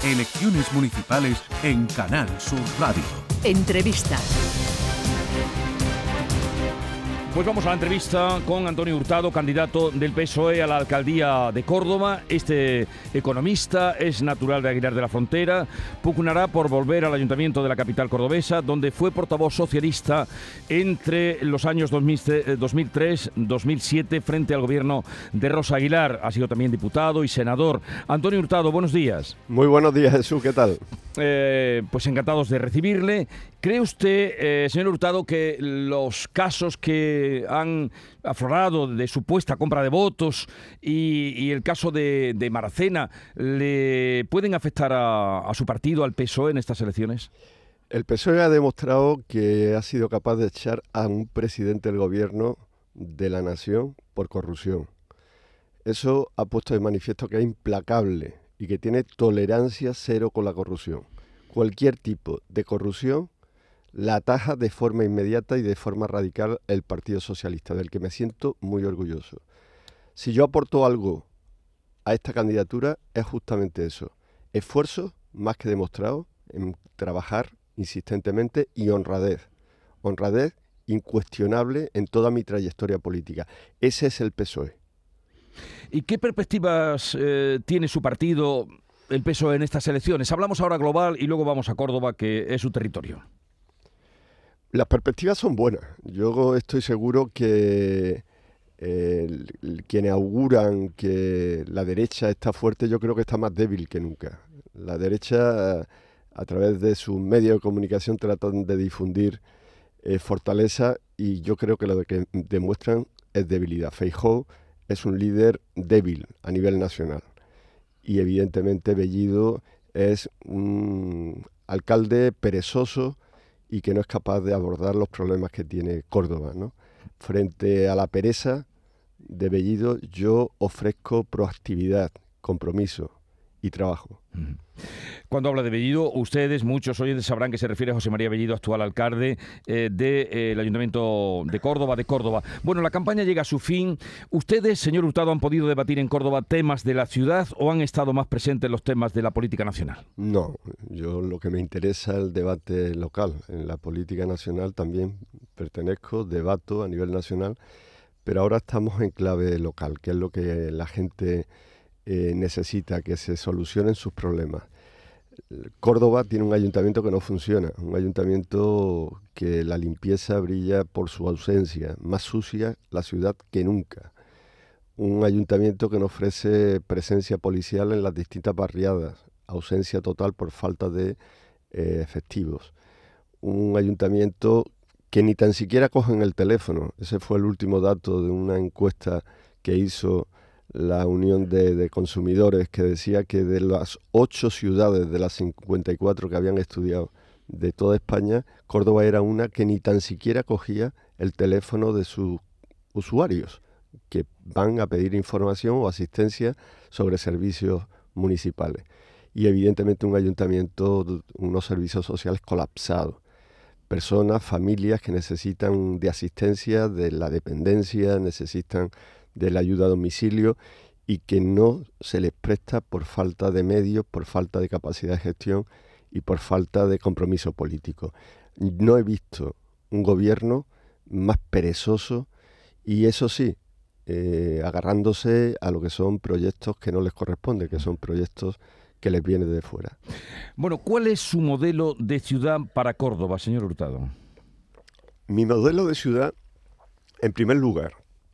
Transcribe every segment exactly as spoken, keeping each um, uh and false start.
Elecciones municipales en Canal Sur Radio. Entrevista. Pues vamos a la entrevista con Antonio Hurtado, candidato del P S O E a la alcaldía de Córdoba. Este economista es natural de Aguilar de la Frontera, pugnará por volver al ayuntamiento de la capital cordobesa, donde fue portavoz socialista entre los años dos mil tres dos mil siete frente al gobierno de Rosa Aguilar. Ha sido también diputado y senador. Antonio Hurtado, buenos días. Muy buenos días, Jesús, ¿qué tal? Eh, pues encantados de recibirle. ¿Cree usted, eh, señor Hurtado, que los casos que han aflorado de supuesta compra de votos y, y el caso de, de Maracena le pueden afectar a, a su partido, al P S O E, en estas elecciones? El P S O E ha demostrado que ha sido capaz de echar a un presidente del gobierno de la nación por corrupción. Eso ha puesto de manifiesto que es implacable y que tiene tolerancia cero con la corrupción. Cualquier tipo de corrupción la ataja de forma inmediata y de forma radical el Partido Socialista, del que me siento muy orgulloso. Si yo aporto algo a esta candidatura es justamente eso, esfuerzo más que demostrado en trabajar insistentemente y honradez, honradez incuestionable en toda mi trayectoria política. Ese es el P S O E. ¿Y qué perspectivas eh, tiene su partido, el P S O E, en estas elecciones? Hablamos ahora global y luego vamos a Córdoba, que es su territorio. Las perspectivas son buenas. Yo estoy seguro que eh, quienes auguran que la derecha está fuerte, yo creo que está más débil que nunca. La derecha, a través de sus medios de comunicación, tratan de difundir eh, fortaleza y yo creo que lo que demuestran es debilidad. Feijóo es un líder débil a nivel nacional y evidentemente Bellido es un alcalde perezoso y que no es capaz de abordar los problemas que tiene Córdoba, ¿no? Frente a la pereza de Bellido, yo ofrezco proactividad, compromiso y trabajo. Cuando habla de Bellido, ustedes, muchos oyentes, sabrán que se refiere a José María Bellido, actual alcalde eh, del eh, Ayuntamiento de Córdoba, de Córdoba. Bueno, la campaña llega a su fin. ¿Ustedes, señor Hurtado, han podido debatir en Córdoba temas de la ciudad o han estado más presentes en los temas de la política nacional? No, yo lo que me interesa es el debate local. En la política nacional también pertenezco, debato a nivel nacional, pero ahora estamos en clave local, que es lo que la gente eh, necesita, que se solucionen sus problemas. Córdoba tiene un ayuntamiento que no funciona, un ayuntamiento que la limpieza brilla por su ausencia, más sucia la ciudad que nunca. Un ayuntamiento que no ofrece presencia policial en las distintas barriadas, ausencia total por falta de eh, efectivos. Un ayuntamiento que ni tan siquiera cogen el teléfono. Ese fue el último dato de una encuesta que hizo la Unión de, de Consumidores, que decía que de las ocho ciudades de las cincuenta y cuatro que habían estudiado de toda España, Córdoba era una que ni tan siquiera cogía el teléfono de sus usuarios que van a pedir información o asistencia sobre servicios municipales. Y evidentemente un ayuntamiento, unos servicios sociales colapsados. Personas, familias que necesitan de asistencia, de la dependencia, necesitan de la ayuda a domicilio y que no se les presta por falta de medios, por falta de capacidad de gestión y por falta de compromiso político. No he visto un gobierno más perezoso y eso sí, eh, agarrándose a lo que son proyectos que no les corresponden, que son proyectos que les vienen de fuera. Bueno, ¿cuál es su modelo de ciudad para Córdoba, señor Hurtado? Mi modelo de ciudad, en primer lugar,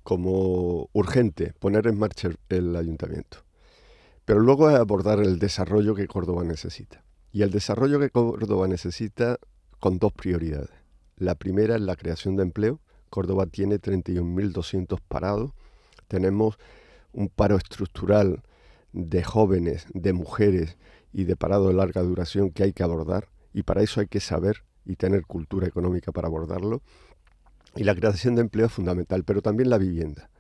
como urgente, poner en marcha el ayuntamiento. Pero luego es abordar el desarrollo que Córdoba necesita. Y el desarrollo que Córdoba necesita con dos prioridades. La primera es la creación de empleo. Córdoba tiene treinta y un mil doscientos parados. Tenemos un paro estructural de jóvenes, de mujeres y de parado de larga duración que hay que abordar. Y para eso hay que saber y tener cultura económica para abordarlo. Y la creación de empleo es fundamental, pero también la vivienda.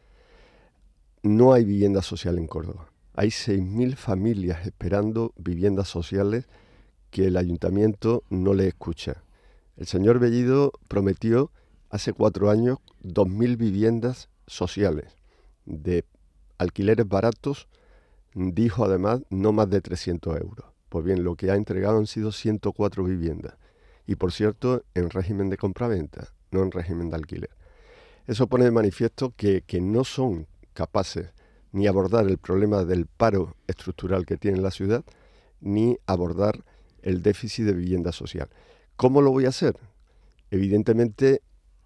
No hay vivienda social en Córdoba. Hay seis mil familias esperando viviendas sociales que el ayuntamiento no le escucha. El señor Bellido prometió hace cuatro años dos mil viviendas sociales de alquileres baratos, dijo además no más de trescientos euros. Pues bien, lo que ha entregado han sido ciento cuatro viviendas. Y por cierto, en régimen de compraventa, no en régimen de alquiler. Eso pone de manifiesto que, que no son capaces ni abordar el problema del paro estructural que tiene la ciudad, ni abordar el déficit de vivienda social. ¿Cómo lo voy a hacer? Evidentemente,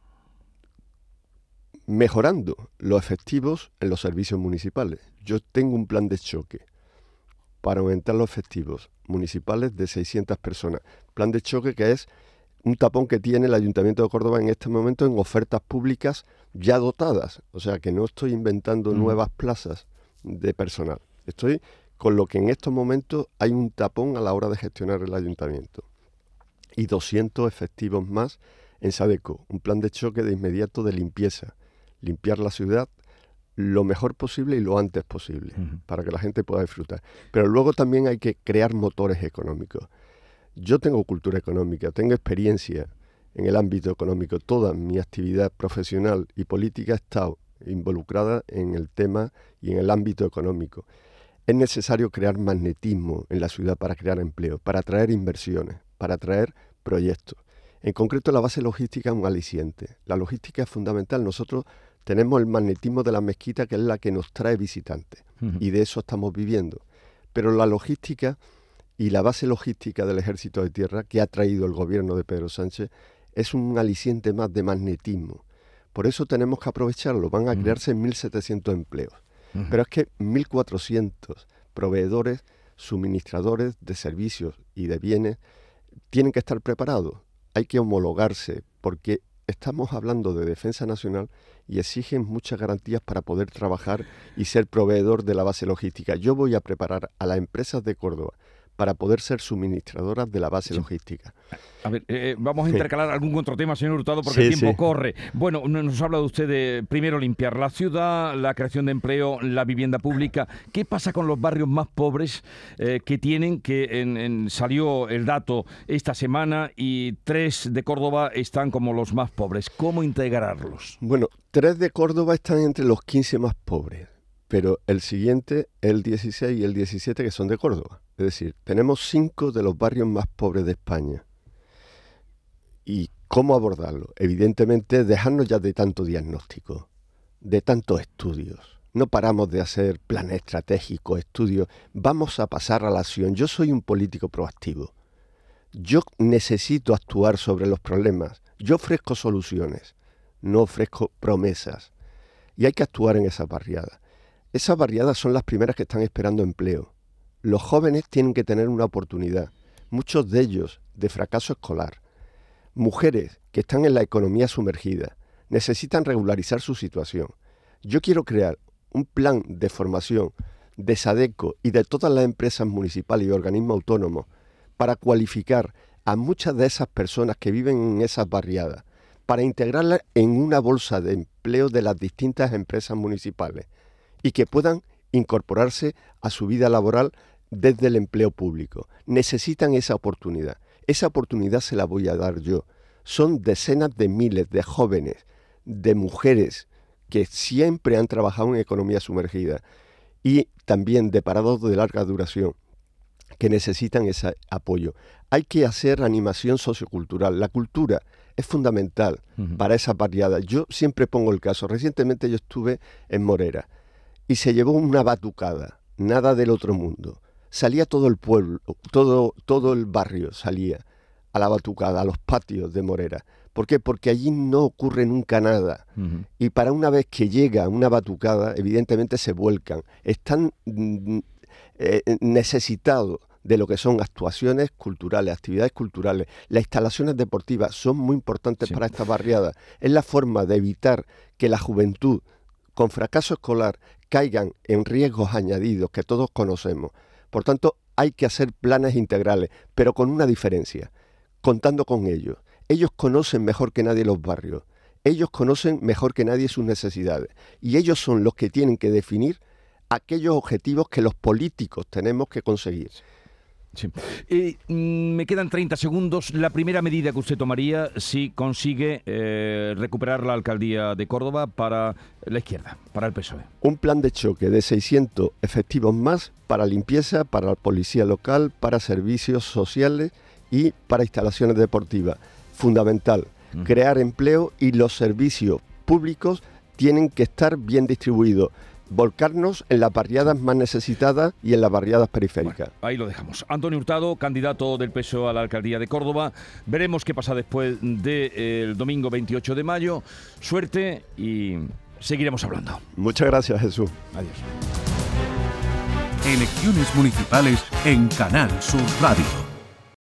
mejorando los efectivos en los servicios municipales. Yo tengo un plan de choque para aumentar los efectivos municipales de seiscientas personas. Plan de choque que es un tapón que tiene el Ayuntamiento de Córdoba en este momento en ofertas públicas ya dotadas. O sea que no estoy inventando mm. nuevas plazas de personal. Estoy con lo que en estos momentos hay un tapón a la hora de gestionar el Ayuntamiento. Y doscientos efectivos más en Sadeco. Un plan de choque de inmediato de limpieza. Limpiar la ciudad lo mejor posible y lo antes posible, uh-huh. para que la gente pueda disfrutar. Pero luego también hay que crear motores económicos. Yo tengo cultura económica, tengo experiencia en el ámbito económico. Toda mi actividad profesional y política ha estado involucrada en el tema y en el ámbito económico. Es necesario crear magnetismo en la ciudad para crear empleo, para atraer inversiones, para atraer proyectos. En concreto, la base logística es un aliciente. La logística es fundamental. Nosotros tenemos el magnetismo de la mezquita, que es la que nos trae visitantes, uh-huh. y de eso estamos viviendo. Pero la logística y la base logística del Ejército de Tierra que ha traído el gobierno de Pedro Sánchez es un aliciente más de magnetismo. Por eso tenemos que aprovecharlo. Van a crearse uh-huh. mil setecientos empleos. Uh-huh. Pero es que mil cuatrocientos proveedores, suministradores de servicios y de bienes tienen que estar preparados. Hay que homologarse porque estamos hablando de defensa nacional y exigen muchas garantías para poder trabajar y ser proveedor de la base logística. Yo voy a preparar a las empresas de Córdoba para poder ser suministradoras de la base sí. logística. A ver, eh, vamos a intercalar sí. algún otro tema, señor Hurtado, porque sí, el tiempo sí. corre. Bueno, nos habla de usted de, primero, limpiar la ciudad, la creación de empleo, la vivienda pública. ¿Qué pasa con los barrios más pobres eh, que tienen, que en, en, salió el dato esta semana y tres de Córdoba están como los más pobres? ¿Cómo integrarlos? Bueno, tres de Córdoba están entre los quince más pobres, pero el siguiente, el dieciséis y el diecisiete, que son de Córdoba. Es decir, tenemos cinco de los barrios más pobres de España. ¿Y cómo abordarlo? Evidentemente, dejarnos ya de tanto diagnóstico, de tantos estudios. No paramos de hacer planes estratégicos, estudios. Vamos a pasar a la acción. Yo soy un político proactivo. Yo necesito actuar sobre los problemas. Yo ofrezco soluciones, no ofrezco promesas. Y hay que actuar en esas barriadas. Esas barriadas son las primeras que están esperando empleo. Los jóvenes tienen que tener una oportunidad, muchos de ellos de fracaso escolar. Mujeres que están en la economía sumergida necesitan regularizar su situación. Yo quiero crear un plan de formación de Sadeco y de todas las empresas municipales y organismos autónomos para cualificar a muchas de esas personas que viven en esas barriadas, para integrarlas en una bolsa de empleo de las distintas empresas municipales y que puedan incorporarse a su vida laboral desde el empleo público. Necesitan esa oportunidad. Esa oportunidad se la voy a dar yo. Son decenas de miles de jóvenes, de mujeres que siempre han trabajado en economía sumergida y también de parados de larga duración que necesitan ese apoyo. Hay que hacer animación sociocultural. La cultura es fundamental uh-huh. para esas barriadas. Yo siempre pongo el caso. Recientemente yo estuve en Morera y se llevó una batucada, nada del otro mundo. Salía todo el pueblo, todo, todo el barrio salía a la batucada, a los patios de Morera. ¿Por qué? Porque allí no ocurre nunca nada. Uh-huh. Y para una vez que llega una batucada, evidentemente se vuelcan. Están mm, eh, necesitados de lo que son actuaciones culturales, actividades culturales. Las instalaciones deportivas son muy importantes sí. para estas barriadas. Es la forma de evitar que la juventud con fracaso escolar caigan en riesgos añadidos que todos conocemos. Por tanto, hay que hacer planes integrales, pero con una diferencia, contando con ellos. Ellos conocen mejor que nadie los barrios, ellos conocen mejor que nadie sus necesidades y ellos son los que tienen que definir aquellos objetivos que los políticos tenemos que conseguir. Sí. Eh, me quedan treinta segundos. La primera medida que usted tomaría si consigue eh, recuperar la alcaldía de Córdoba para la izquierda, para el P S O E. Un plan de choque de seiscientos efectivos más para limpieza, para la policía local, para servicios sociales y para instalaciones deportivas. Fundamental, mm. crear empleo, y los servicios públicos tienen que estar bien distribuidos. Volcarnos en las barriadas más necesitadas y en las barriadas periféricas. Bueno, ahí lo dejamos. Antonio Hurtado, candidato del P S O E a la alcaldía de Córdoba. Veremos qué pasa después del domingo veintiocho de mayo. Suerte y seguiremos hablando. Muchas gracias, Jesús. Adiós. Elecciones municipales en Canal Sur Radio.